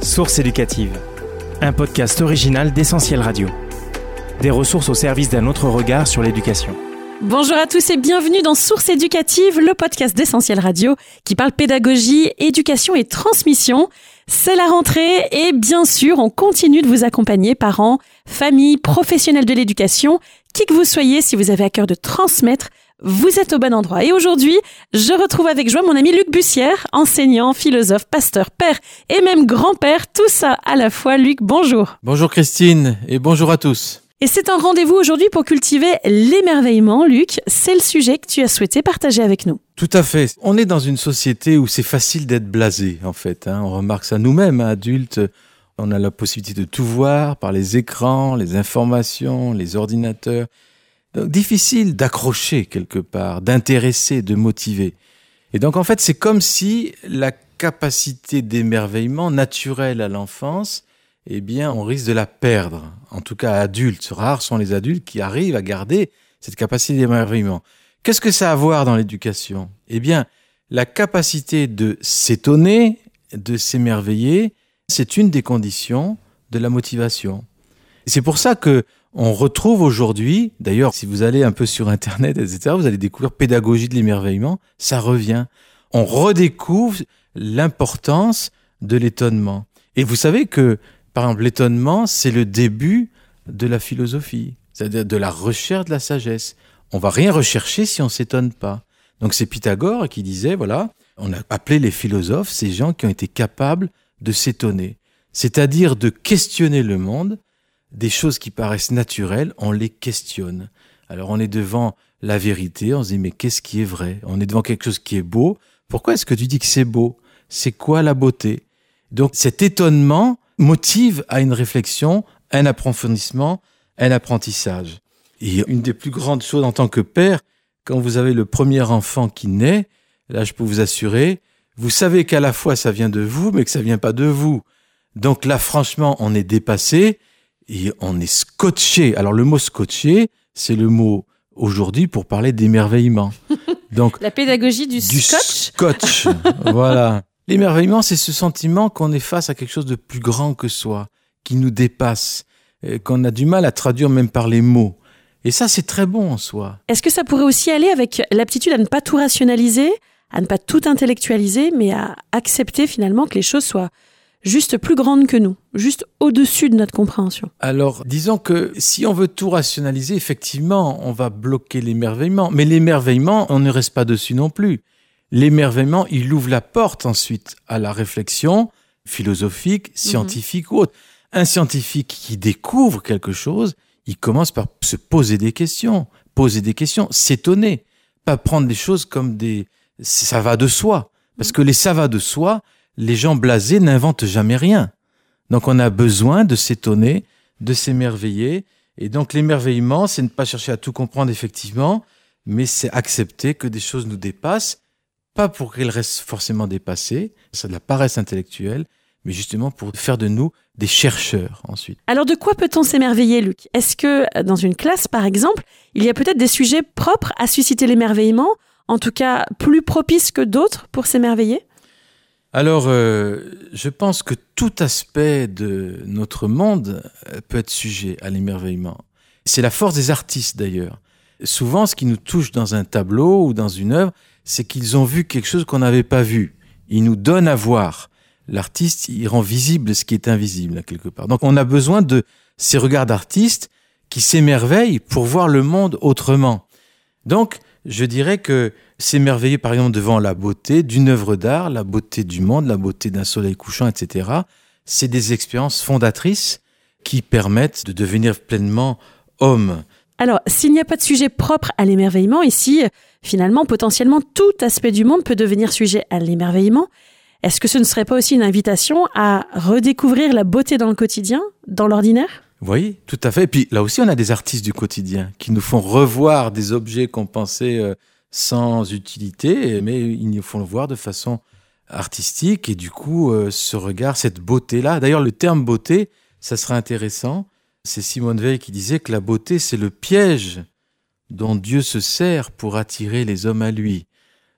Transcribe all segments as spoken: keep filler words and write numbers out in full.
Source éducative, un podcast original d'Essentiel Radio. Des ressources au service d'un autre regard sur l'éducation. Bonjour à tous et bienvenue dans Source éducative, le podcast d'Essentiel Radio qui parle pédagogie, éducation et transmission. C'est la rentrée et bien sûr, on continue de vous accompagner, parents, familles, professionnels de l'éducation, qui que vous soyez, si vous avez à cœur de transmettre, vous êtes au bon endroit. Et aujourd'hui, je retrouve avec joie mon ami Luc Bussière, enseignant, philosophe, pasteur, père et même grand-père, tout ça à la fois. Luc, bonjour. Bonjour Christine et bonjour à tous. Et c'est un rendez-vous aujourd'hui pour cultiver l'émerveillement. Luc, c'est le sujet que tu as souhaité partager avec nous. Tout à fait. On est dans une société où c'est facile d'être blasé, en fait. Hein. On remarque ça nous-mêmes, hein, adultes. On a la possibilité de tout voir par les écrans, les informations, les ordinateurs. Donc, difficile d'accrocher quelque part, d'intéresser, de motiver. Et donc, en fait, c'est comme si la capacité d'émerveillement naturelle à l'enfance, eh bien, on risque de la perdre. En tout cas, adultes. Rares sont les adultes qui arrivent à garder cette capacité d'émerveillement. Qu'est-ce que ça a à voir dans l'éducation ? Eh bien, la capacité de s'étonner, de s'émerveiller, c'est une des conditions de la motivation. C'est pour ça que on retrouve aujourd'hui, d'ailleurs, si vous allez un peu sur Internet, et cetera, vous allez découvrir pédagogie de l'émerveillement, ça revient. On redécouvre l'importance de l'étonnement. Et vous savez que, par exemple, l'étonnement, c'est le début de la philosophie, c'est-à-dire de la recherche de la sagesse. On va rien rechercher si on s'étonne pas. Donc c'est Pythagore qui disait, voilà, on a appelé les philosophes ces gens qui ont été capables de s'étonner, c'est-à-dire de questionner le monde. Des choses qui paraissent naturelles, on les questionne. Alors on est devant la vérité, on se dit mais qu'est-ce qui est vrai ? On est devant quelque chose qui est beau. Pourquoi est-ce que tu dis que c'est beau ? C'est quoi la beauté ? Donc cet étonnement motive à une réflexion, un approfondissement, un apprentissage. Et une des plus grandes choses en tant que père, quand vous avez le premier enfant qui naît, là je peux vous assurer, vous savez qu'à la fois ça vient de vous, mais que ça vient pas de vous. Donc là franchement on est dépassé. Et on est scotché. Alors le mot scotché, c'est le mot aujourd'hui pour parler d'émerveillement. Donc la pédagogie du, du scotch. Scotch, voilà. L'émerveillement, c'est ce sentiment qu'on est face à quelque chose de plus grand que soi, qui nous dépasse, qu'on a du mal à traduire même par les mots. Et ça, c'est très bon en soi. Est-ce que ça pourrait aussi aller avec l'aptitude à ne pas tout rationaliser, à ne pas tout intellectualiser, mais à accepter finalement que les choses soient juste plus grande que nous, juste au-dessus de notre compréhension. Alors, disons que si on veut tout rationaliser, effectivement, on va bloquer l'émerveillement. Mais l'émerveillement, on ne reste pas dessus non plus. L'émerveillement, il ouvre la porte ensuite à la réflexion philosophique, scientifique mmh. ou autre. Un scientifique qui découvre quelque chose, il commence par se poser des questions, poser des questions, s'étonner, pas prendre des choses comme des « ça va de soi ». Parce que les « ça va de soi », les gens blasés n'inventent jamais rien. Donc on a besoin de s'étonner, de s'émerveiller. Et donc l'émerveillement, c'est ne pas chercher à tout comprendre effectivement, mais c'est accepter que des choses nous dépassent, pas pour qu'elles restent forcément dépassées, c'est de la paresse intellectuelle, mais justement pour faire de nous des chercheurs ensuite. Alors de quoi peut-on s'émerveiller, Luc ? Est-ce que dans une classe, par exemple, il y a peut-être des sujets propres à susciter l'émerveillement, en tout cas plus propices que d'autres pour s'émerveiller ? Alors, euh, je pense que tout aspect de notre monde peut être sujet à l'émerveillement. C'est la force des artistes d'ailleurs. Souvent, ce qui nous touche dans un tableau ou dans une œuvre, c'est qu'ils ont vu quelque chose qu'on n'avait pas vu. Ils nous donnent à voir. L'artiste, il rend visible ce qui est invisible, quelque part. Donc, on a besoin de ces regards d'artistes qui s'émerveillent pour voir le monde autrement. Donc, je dirais que s'émerveiller, par exemple, devant la beauté d'une œuvre d'art, la beauté du monde, la beauté d'un soleil couchant, et cetera, c'est des expériences fondatrices qui permettent de devenir pleinement homme. Alors, s'il n'y a pas de sujet propre à l'émerveillement, ici, finalement, potentiellement, tout aspect du monde peut devenir sujet à l'émerveillement. Est-ce que ce ne serait pas aussi une invitation à redécouvrir la beauté dans le quotidien, dans l'ordinaire ? Oui, tout à fait. Et puis là aussi, on a des artistes du quotidien qui nous font revoir des objets qu'on pensait euh, sans utilité, mais ils nous font le voir de façon artistique. Et du coup, euh, ce regard, cette beauté-là. D'ailleurs, le terme beauté, ça serait intéressant. C'est Simone Veil qui disait que la beauté, c'est le piège dont Dieu se sert pour attirer les hommes à lui.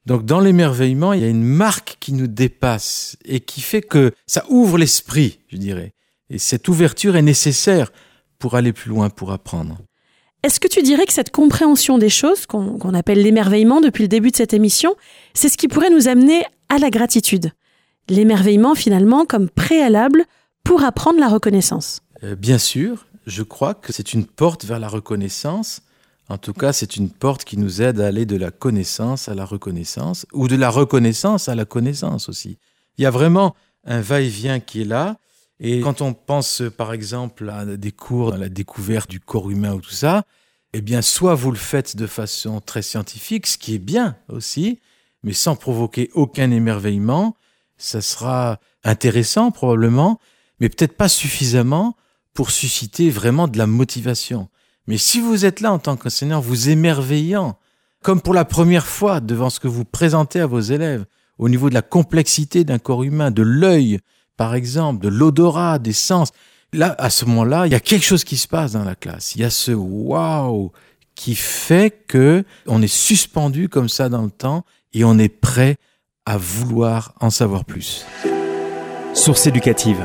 Donc dans l'émerveillement, il y a une marque qui nous dépasse et qui fait que ça ouvre l'esprit, je dirais. Et cette ouverture est nécessaire pour aller plus loin, pour apprendre. Est-ce que tu dirais que cette compréhension des choses, qu'on, qu'on appelle l'émerveillement depuis le début de cette émission, c'est ce qui pourrait nous amener à la gratitude ? L'émerveillement, finalement, comme préalable pour apprendre la reconnaissance. Euh, bien sûr, je crois que c'est une porte vers la reconnaissance. En tout cas, c'est une porte qui nous aide à aller de la connaissance à la reconnaissance, ou de la reconnaissance à la connaissance aussi. Il y a vraiment un va-et-vient qui est là. Et quand on pense, par exemple, à des cours, à la découverte du corps humain ou tout ça, eh bien, soit vous le faites de façon très scientifique, ce qui est bien aussi, mais sans provoquer aucun émerveillement. Ça sera intéressant probablement, mais peut-être pas suffisamment pour susciter vraiment de la motivation. Mais si vous êtes là en tant qu'enseignant, vous émerveillant, comme pour la première fois devant ce que vous présentez à vos élèves, au niveau de la complexité d'un corps humain, de l'œil, par exemple, de l'odorat, des sens. Là, à ce moment-là, il y a quelque chose qui se passe dans la classe. Il y a ce waouh qui fait que on est suspendu comme ça dans le temps et on est prêt à vouloir en savoir plus. Source éducative.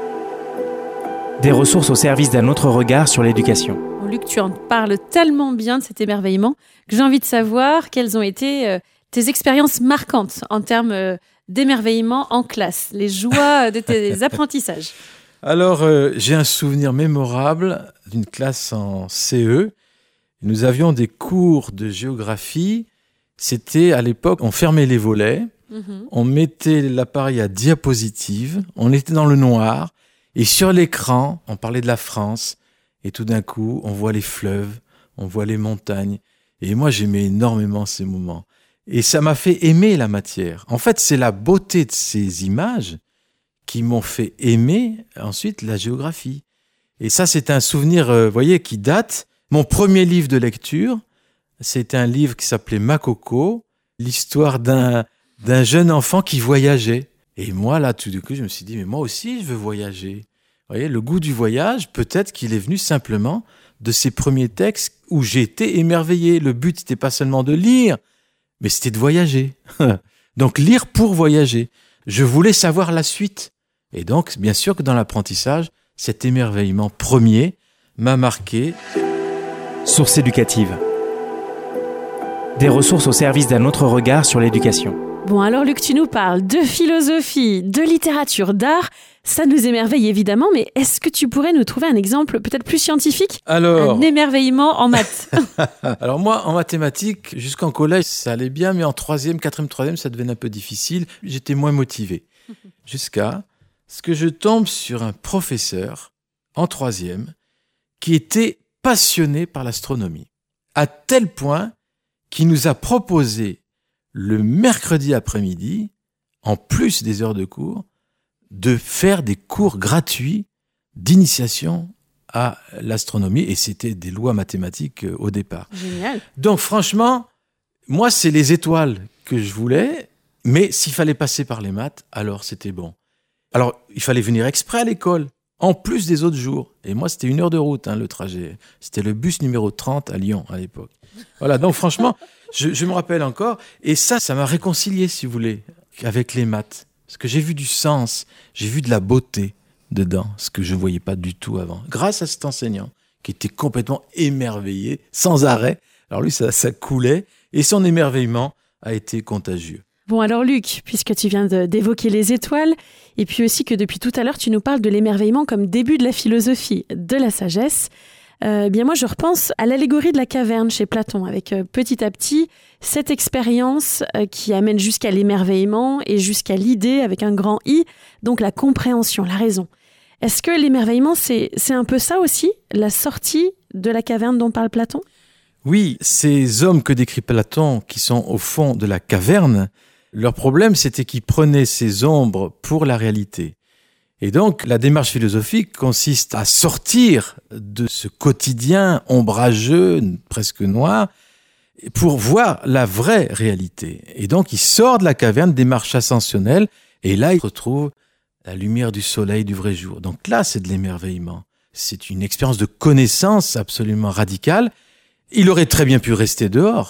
Des ressources au service d'un autre regard sur l'éducation. Bon, Luc, tu en parles tellement bien de cet émerveillement que j'ai envie de savoir quelles ont été euh, tes expériences marquantes en termes euh, d'émerveillement en classe, les joies de tes apprentissages. Alors, euh, j'ai un souvenir mémorable d'une classe en C E. Nous avions des cours de géographie. C'était à l'époque, on fermait les volets, mmh. on mettait l'appareil à diapositive, on était dans le noir, et sur l'écran, on parlait de la France, et tout d'un coup, on voit les fleuves, on voit les montagnes. Et moi, j'aimais énormément ces moments. Et ça m'a fait aimer la matière. En fait, c'est la beauté de ces images qui m'ont fait aimer ensuite la géographie. Et ça, c'est un souvenir, euh, voyez, qui date. Mon premier livre de lecture, c'était un livre qui s'appelait Makoko, l'histoire d'un, d'un jeune enfant qui voyageait. Et moi, là, tout d'un coup, je me suis dit, mais moi aussi, je veux voyager. Vous voyez, le goût du voyage, peut-être qu'il est venu simplement de ces premiers textes où j'ai été émerveillé. Le but, c'était pas seulement de lire, mais c'était de voyager. Donc, lire pour voyager. Je voulais savoir la suite. Et donc, bien sûr que dans l'apprentissage, cet émerveillement premier m'a marqué. Source éducative. Des ressources au service d'un autre regard sur l'éducation. Bon, alors Luc, tu nous parles de philosophie, de littérature, d'art. Ça nous émerveille évidemment, mais est-ce que tu pourrais nous trouver un exemple peut-être plus scientifique ? Alors, un émerveillement en maths. Alors moi, en mathématiques, jusqu'en collège, ça allait bien, mais en troisième, quatrième, troisième, ça devenait un peu difficile. J'étais moins motivé. Jusqu'à ce que je tombe sur un professeur en troisième qui était passionné par l'astronomie, à tel point qu'il nous a proposé le mercredi après-midi, en plus des heures de cours, de faire des cours gratuits d'initiation à l'astronomie, et c'était des lois mathématiques euh, au départ. Génial. Donc franchement, moi c'est les étoiles que je voulais, mais s'il fallait passer par les maths, alors c'était bon. Alors il fallait venir exprès à l'école, en plus des autres jours. Et moi c'était une heure de route, hein, le trajet. C'était le bus numéro trente à Lyon à l'époque. Voilà, donc franchement, je, je me rappelle encore, et ça, ça m'a réconcilié, si vous voulez, avec les maths. Parce que j'ai vu du sens, j'ai vu de la beauté dedans, ce que je ne voyais pas du tout avant. Grâce à cet enseignant qui était complètement émerveillé, sans arrêt. Alors lui, ça, ça coulait, et son émerveillement a été contagieux. Bon alors Luc, puisque tu viens de, d'évoquer les étoiles, et puis aussi que depuis tout à l'heure, tu nous parles de l'émerveillement comme début de la philosophie, de la sagesse, Euh, eh bien moi je repense à l'allégorie de la caverne chez Platon, avec euh, petit à petit cette expérience euh, qui amène jusqu'à l'émerveillement et jusqu'à l'idée avec un grand I, donc la compréhension, la raison. Est-ce que l'émerveillement c'est, c'est un peu ça aussi, la sortie de la caverne dont parle Platon ? Oui, ces hommes que décrit Platon qui sont au fond de la caverne, leur problème c'était qu'ils prenaient ces ombres pour la réalité. Et donc, la démarche philosophique consiste à sortir de ce quotidien ombrageux, presque noir, pour voir la vraie réalité. Et donc, il sort de la caverne, démarche ascensionnelle, et là, il retrouve la lumière du soleil du vrai jour. Donc là, c'est de l'émerveillement. C'est une expérience de connaissance absolument radicale. Il aurait très bien pu rester dehors,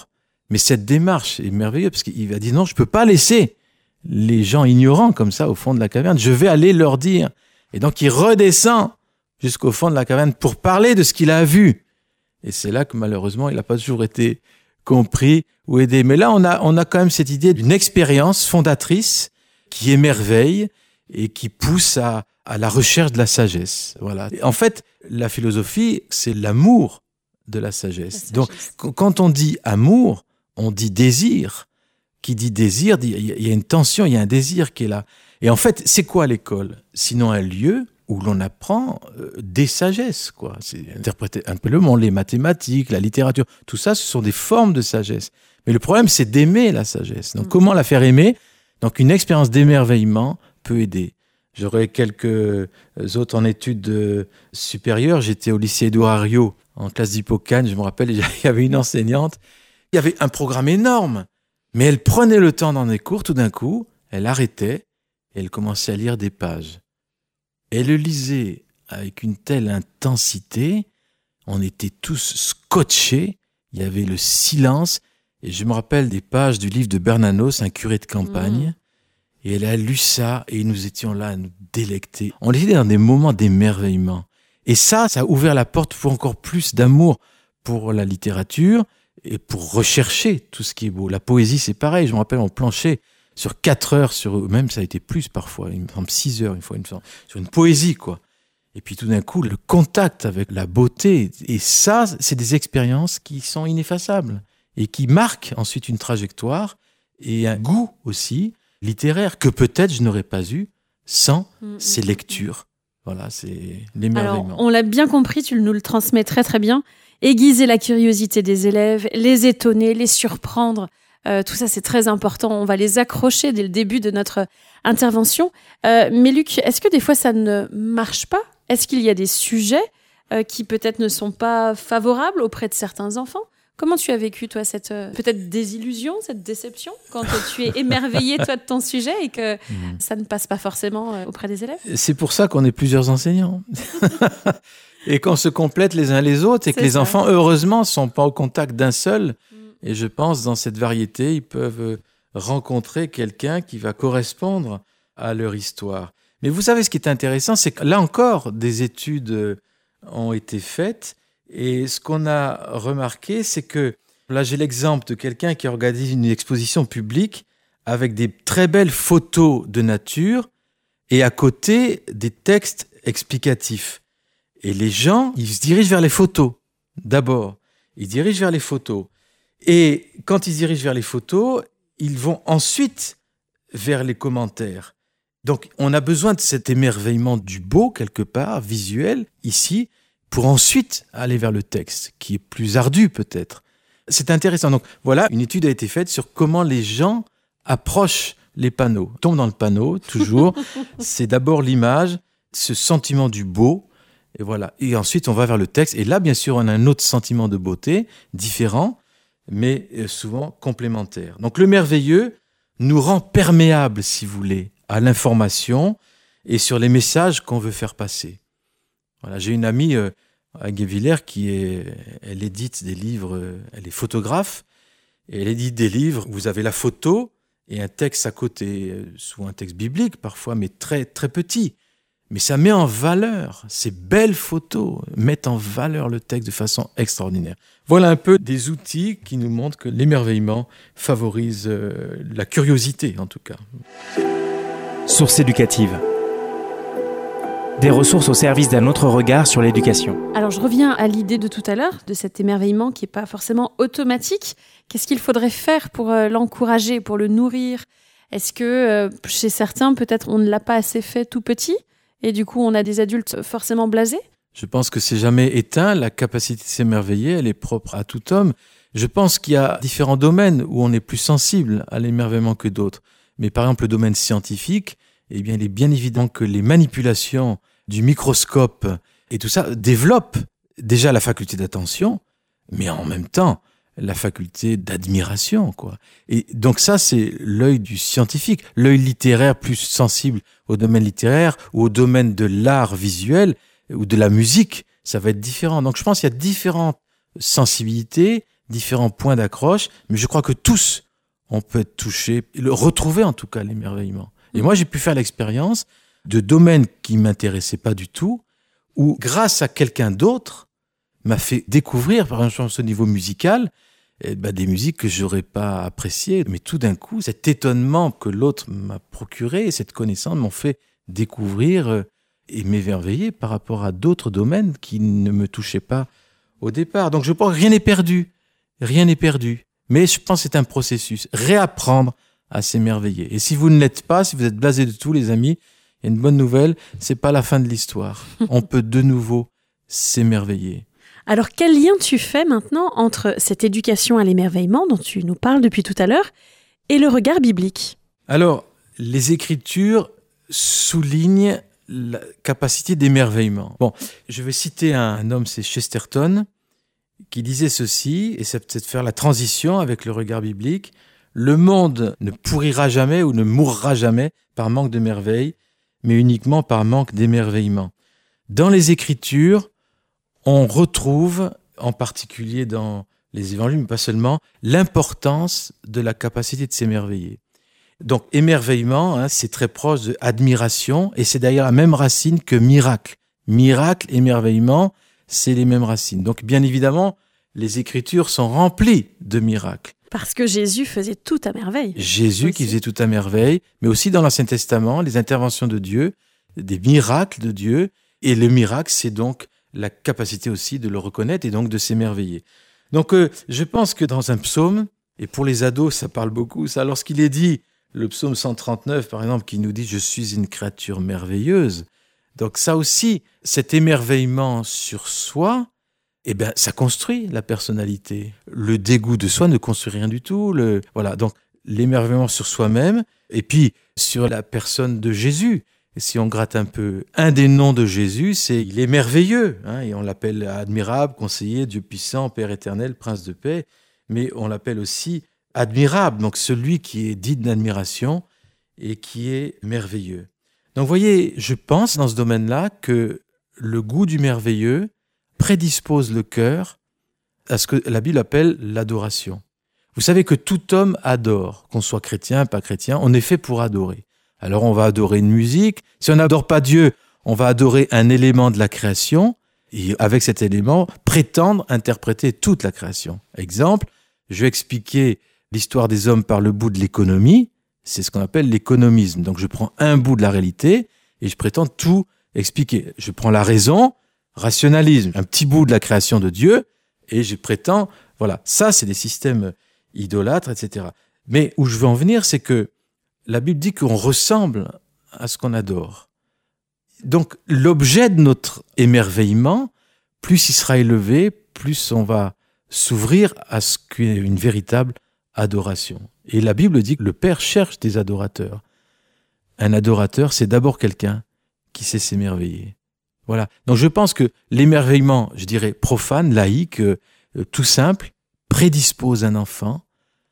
Mais cette démarche est merveilleuse parce qu'il va dire non, je peux pas laisser les gens ignorants comme ça au fond de la caverne. Je vais aller leur dire. Et donc il redescend jusqu'au fond de la caverne pour parler de ce qu'il a vu. Et c'est là que malheureusement, il n'a pas toujours été compris ou aidé. Mais là, on a, on a quand même cette idée d'une expérience fondatrice qui émerveille et qui pousse à, à la recherche de la sagesse. Voilà. Et en fait, la philosophie, c'est l'amour de la sagesse. La sagesse. Donc, quand on dit amour, on dit désir. Qui dit désir, il y a une tension, il y a un désir qui est là. Et en fait, c'est quoi l'école ? Sinon un lieu où l'on apprend euh, des sagesses, quoi. C'est interpréter un peu le monde, les mathématiques, la littérature, tout ça, ce sont des formes de sagesse. Mais le problème, c'est d'aimer la sagesse. Donc, mmh. comment la faire aimer ? Donc, une expérience d'émerveillement peut aider. J'aurais quelques autres en études euh, supérieures. J'étais au lycée Édouard Herriot, en classe d'Hippocane. Je me rappelle, il y avait une enseignante. Il y avait un programme énorme. Mais elle prenait le temps dans les cours. Tout d'un coup, elle arrêtait et elle commençait à lire des pages. Elle le lisait avec une telle intensité, on était tous scotchés, il y avait le silence, et je me rappelle des pages du livre de Bernanos, un curé de campagne, mmh. et elle a lu ça, et nous étions là à nous délecter. On était dans des moments d'émerveillement. Et ça, ça a ouvert la porte pour encore plus d'amour pour la littérature, et pour rechercher tout ce qui est beau. La poésie, c'est pareil, je me rappelle, on planchait sur quatre heures, sur, même ça a été plus parfois, il me semble six heures une fois, une fois, sur une poésie, quoi. Et puis tout d'un coup, le contact avec la beauté, et ça, c'est des expériences qui sont ineffaçables et qui marquent ensuite une trajectoire et un goût aussi littéraire que peut-être je n'aurais pas eu sans mmh, ces lectures. Voilà, c'est l'émerveillement. Alors, on l'a bien compris, tu nous le transmets très très bien. Aiguiser la curiosité des élèves, les étonner, les surprendre. Euh, tout ça, c'est très important. On va les accrocher dès le début de notre intervention. Euh, mais Luc, est-ce que des fois, ça ne marche pas ? Est-ce qu'il y a des sujets euh, qui peut-être ne sont pas favorables auprès de certains enfants ? Comment tu as vécu, toi, cette euh, peut-être désillusion, cette déception, quand tu es émerveillé, toi, de ton sujet et que mmh. ça ne passe pas forcément euh, auprès des élèves ? C'est pour ça qu'on est plusieurs enseignants. Et qu'on se complète les uns les autres et c'est que les ça. Enfants, heureusement, ne sont pas au contact d'un seul. Mmh. Et je pense, dans cette variété, ils peuvent rencontrer quelqu'un qui va correspondre à leur histoire. Mais vous savez, ce qui est intéressant, c'est que là encore, des études ont été faites. Et ce qu'on a remarqué, c'est que, là, j'ai l'exemple de quelqu'un qui organise une exposition publique avec des très belles photos de nature et à côté, des textes explicatifs. Et les gens, ils se dirigent vers les photos, d'abord. Ils se dirigent vers les photos. Et quand ils se dirigent vers les photos, ils vont ensuite vers les commentaires. Donc, on a besoin de cet émerveillement du beau, quelque part, visuel, ici, pour ensuite aller vers le texte, qui est plus ardu, peut-être. C'est intéressant. Donc, voilà, une étude a été faite sur comment les gens approchent les panneaux. Tombent dans le panneau, toujours. C'est d'abord l'image, ce sentiment du beau, et voilà. Et ensuite, on va vers le texte. Et là, bien sûr, on a un autre sentiment de beauté, différent, mais souvent complémentaire. Donc, le merveilleux nous rend perméables, si vous voulez, à l'information et sur les messages qu'on veut faire passer. Voilà. J'ai une amie euh, à Guévillers qui est, elle édite des livres, euh, elle est photographe, et elle édite des livres où vous avez la photo et un texte à côté, euh, soit un texte biblique parfois, mais très, très petit. Mais ça met en valeur, ces belles photos mettent en valeur le texte de façon extraordinaire. Voilà un peu des outils qui nous montrent que l'émerveillement favorise euh, la curiosité, en tout cas. Source éducative. Des ressources au service d'un autre regard sur l'éducation. Alors, je reviens à l'idée de tout à l'heure, de cet émerveillement qui n'est pas forcément automatique. Qu'est-ce qu'il faudrait faire pour euh, l'encourager, pour le nourrir ? Est-ce que euh, chez certains, peut-être, on ne l'a pas assez fait tout petit ? Et du coup, on a des adultes forcément blasés ? Je pense que c'est jamais éteint. La capacité de s'émerveiller, elle est propre à tout homme. Je pense qu'il y a différents domaines où on est plus sensible à l'émerveillement que d'autres. Mais par exemple, le domaine scientifique, eh bien, il est bien évident que les manipulations du microscope et tout ça développent déjà la faculté d'attention, mais en même temps, la faculté d'admiration, quoi. Et donc ça, c'est l'œil du scientifique. L'œil littéraire plus sensible au domaine littéraire ou au domaine de l'art visuel ou de la musique, ça va être différent. Donc je pense qu'il y a différentes sensibilités, différents points d'accroche, mais je crois que tous, on peut être touchés, le retrouver en tout cas l'émerveillement. Et moi, j'ai pu faire l'expérience de domaines qui ne m'intéressaient pas du tout, où grâce à quelqu'un d'autre, m'a fait découvrir, par exemple au niveau musical, eh ben, des musiques que je n'aurais pas appréciées. Mais tout d'un coup, cet étonnement que l'autre m'a procuré, cette connaissance m'ont fait découvrir euh, et m'émerveiller par rapport à d'autres domaines qui ne me touchaient pas au départ. Donc je pense que rien n'est perdu, rien n'est perdu. Mais je pense que c'est un processus, réapprendre à s'émerveiller. Et si vous ne l'êtes pas, si vous êtes blasés de tout, les amis, il y a une bonne nouvelle, c'est pas la fin de l'histoire. On peut de nouveau s'émerveiller. Alors, quel lien tu fais maintenant entre cette éducation à l'émerveillement dont tu nous parles depuis tout à l'heure et le regard biblique ? Alors, les Écritures soulignent la capacité d'émerveillement. Bon, je vais citer un, un homme, c'est Chesterton, qui disait ceci, et c'est peut-être faire la transition avec le regard biblique. Le monde ne pourrira jamais ou ne mourra jamais par manque de merveille, mais uniquement par manque d'émerveillement. Dans les Écritures, on retrouve, en particulier dans les évangiles, mais pas seulement, l'importance de la capacité de s'émerveiller. Donc, émerveillement, hein, c'est très proche de admiration, et c'est d'ailleurs la même racine que miracle. Miracle, émerveillement, c'est les mêmes racines. Donc, bien évidemment, les Écritures sont remplies de miracles. Parce que Jésus faisait tout à merveille. Jésus aussi. qui faisait tout à merveille, mais aussi dans l'Ancien Testament, les interventions de Dieu, des miracles de Dieu, et le miracle, c'est donc la capacité aussi de le reconnaître et donc de s'émerveiller. Donc, euh, je pense que dans un psaume, et pour les ados, ça parle beaucoup, ça, lorsqu'il est dit, le psaume cent trente-neuf, par exemple, qui nous dit « Je suis une créature merveilleuse », donc ça aussi, cet émerveillement sur soi, eh ben, ça construit la personnalité. Le dégoût de soi ne construit rien du tout. Le, voilà, donc l'émerveillement sur soi-même, et puis sur la personne de Jésus. Et si on gratte un peu, un des noms de Jésus, c'est il est merveilleux, hein, et on l'appelle admirable, conseiller, Dieu puissant, Père éternel, Prince de paix, mais on l'appelle aussi admirable, donc celui qui est digne d'admiration et qui est merveilleux. Donc vous voyez, je pense dans ce domaine-là que le goût du merveilleux prédispose le cœur à ce que la Bible appelle l'adoration. Vous savez que tout homme adore, qu'on soit chrétien, pas chrétien, on est fait pour adorer. Alors on va adorer une musique. Si on n'adore pas Dieu, on va adorer un élément de la création et avec cet élément, prétendre interpréter toute la création. Exemple, je vais expliquer l'histoire des hommes par le bout de l'économie. C'est ce qu'on appelle l'économisme. Donc je prends un bout de la réalité et je prétends tout expliquer. Je prends la raison, rationalisme, un petit bout de la création de Dieu et je prétends, voilà, ça c'est des systèmes idolâtres, et cetera. Mais où je veux en venir, c'est que la Bible dit qu'on ressemble à ce qu'on adore. Donc, l'objet de notre émerveillement, plus il sera élevé, plus on va s'ouvrir à ce qu'est une véritable adoration. Et la Bible dit que le Père cherche des adorateurs. Un adorateur, c'est d'abord quelqu'un qui sait s'émerveiller. Voilà. Donc, je pense que l'émerveillement, je dirais profane, laïque, euh, tout simple, prédispose un enfant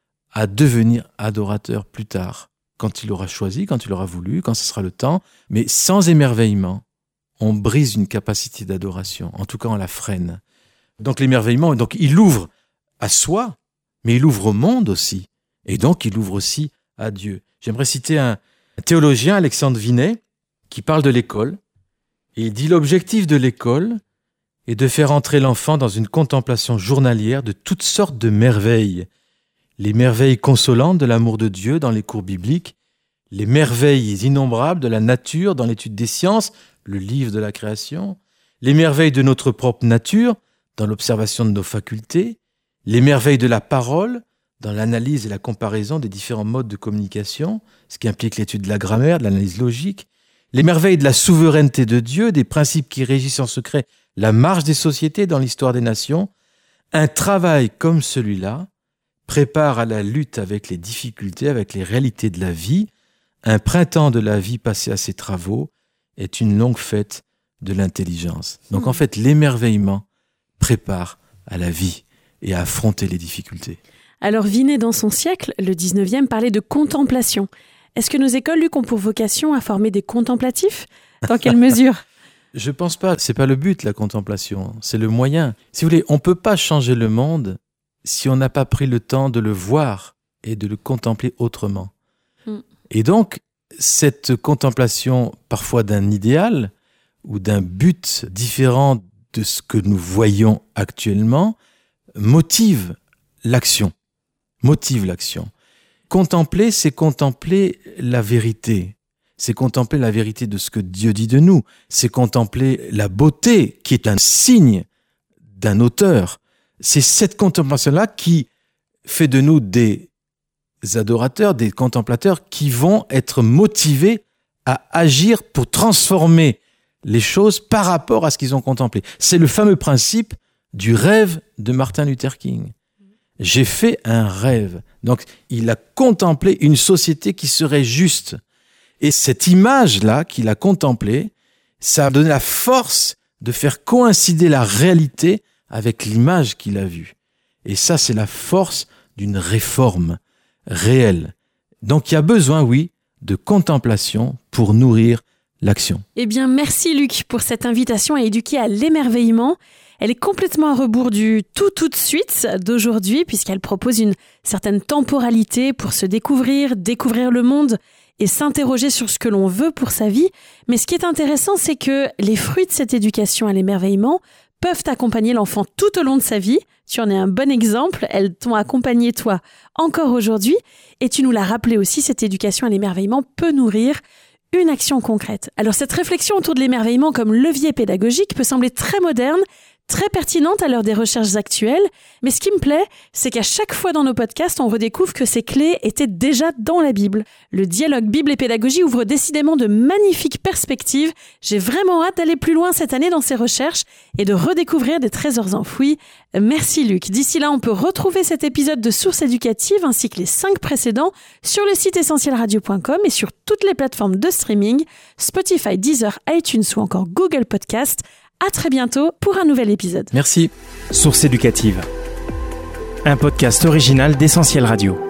à devenir adorateur plus tard. Quand il aura choisi, quand il aura voulu, quand ce sera le temps. Mais sans émerveillement, on brise une capacité d'adoration. En tout cas, on la freine. Donc l'émerveillement, donc, il ouvre à soi, mais il ouvre au monde aussi. Et donc, il ouvre aussi à Dieu. J'aimerais citer un théologien, Alexandre Vinet, qui parle de l'école. Et il dit « L'objectif de l'école est de faire entrer l'enfant dans une contemplation journalière de toutes sortes de merveilles. Les merveilles consolantes de l'amour de Dieu dans les cours bibliques, les merveilles innombrables de la nature dans l'étude des sciences, le livre de la création, les merveilles de notre propre nature dans l'observation de nos facultés, les merveilles de la parole dans l'analyse et la comparaison des différents modes de communication, ce qui implique l'étude de la grammaire, de l'analyse logique, les merveilles de la souveraineté de Dieu, des principes qui régissent en secret la marche des sociétés dans l'histoire des nations. Un travail comme celui-là prépare à la lutte avec les difficultés, avec les réalités de la vie. Un printemps de la vie passé à ces travaux est une longue fête de l'intelligence. Donc en fait, l'émerveillement prépare à la vie et à affronter les difficultés. Alors Vinet, dans son siècle, le dix-neuvième, parlait de contemplation. Est-ce que nos écoles, Luc, ont pour vocation à former des contemplatifs ? Dans quelle mesure ? Je pense pas. C'est pas le but, la contemplation. C'est le moyen. Si vous voulez, on peut pas changer le monde si on n'a pas pris le temps de le voir et de le contempler autrement. Mm. Et donc, cette contemplation parfois d'un idéal ou d'un but différent de ce que nous voyons actuellement motive l'action. Motive l'action. Contempler, c'est contempler la vérité. C'est contempler la vérité de ce que Dieu dit de nous. C'est contempler la beauté qui est un signe d'un auteur. C'est cette contemplation-là qui fait de nous des adorateurs, des contemplateurs qui vont être motivés à agir pour transformer les choses par rapport à ce qu'ils ont contemplé. C'est le fameux principe du rêve de Martin Luther King. J'ai fait un rêve. Donc, il a contemplé une société qui serait juste. Et cette image-là qu'il a contemplée, ça a donné la force de faire coïncider la réalité avec l'image qu'il a vue. Et ça, c'est la force d'une réforme réelle. Donc, il y a besoin, oui, de contemplation pour nourrir l'action. Eh bien, merci Luc pour cette invitation à éduquer à l'émerveillement. Elle est complètement à rebours du tout tout de suite d'aujourd'hui puisqu'elle propose une certaine temporalité pour se découvrir, découvrir le monde et s'interroger sur ce que l'on veut pour sa vie. Mais ce qui est intéressant, c'est que les fruits de cette éducation à l'émerveillement peuvent accompagner l'enfant tout au long de sa vie. Tu en es un bon exemple, elles t'ont accompagné toi encore aujourd'hui. Et tu nous l'as rappelé aussi, cette éducation à l'émerveillement peut nourrir une action concrète. Alors cette réflexion autour de l'émerveillement comme levier pédagogique peut sembler très moderne, très pertinente à l'heure des recherches actuelles, mais ce qui me plaît, c'est qu'à chaque fois dans nos podcasts, on redécouvre que ces clés étaient déjà dans la Bible. Le dialogue Bible et pédagogie ouvre décidément de magnifiques perspectives. J'ai vraiment hâte d'aller plus loin cette année dans ces recherches et de redécouvrir des trésors enfouis. Merci Luc. D'ici là, on peut retrouver cet épisode de Source éducative ainsi que les cinq précédents sur le site essentiel radio point com et sur toutes les plateformes de streaming, Spotify, Deezer, iTunes ou encore Google Podcast. À très bientôt pour un nouvel épisode. Merci. Source éducative. Un podcast original d'Essentiel Radio.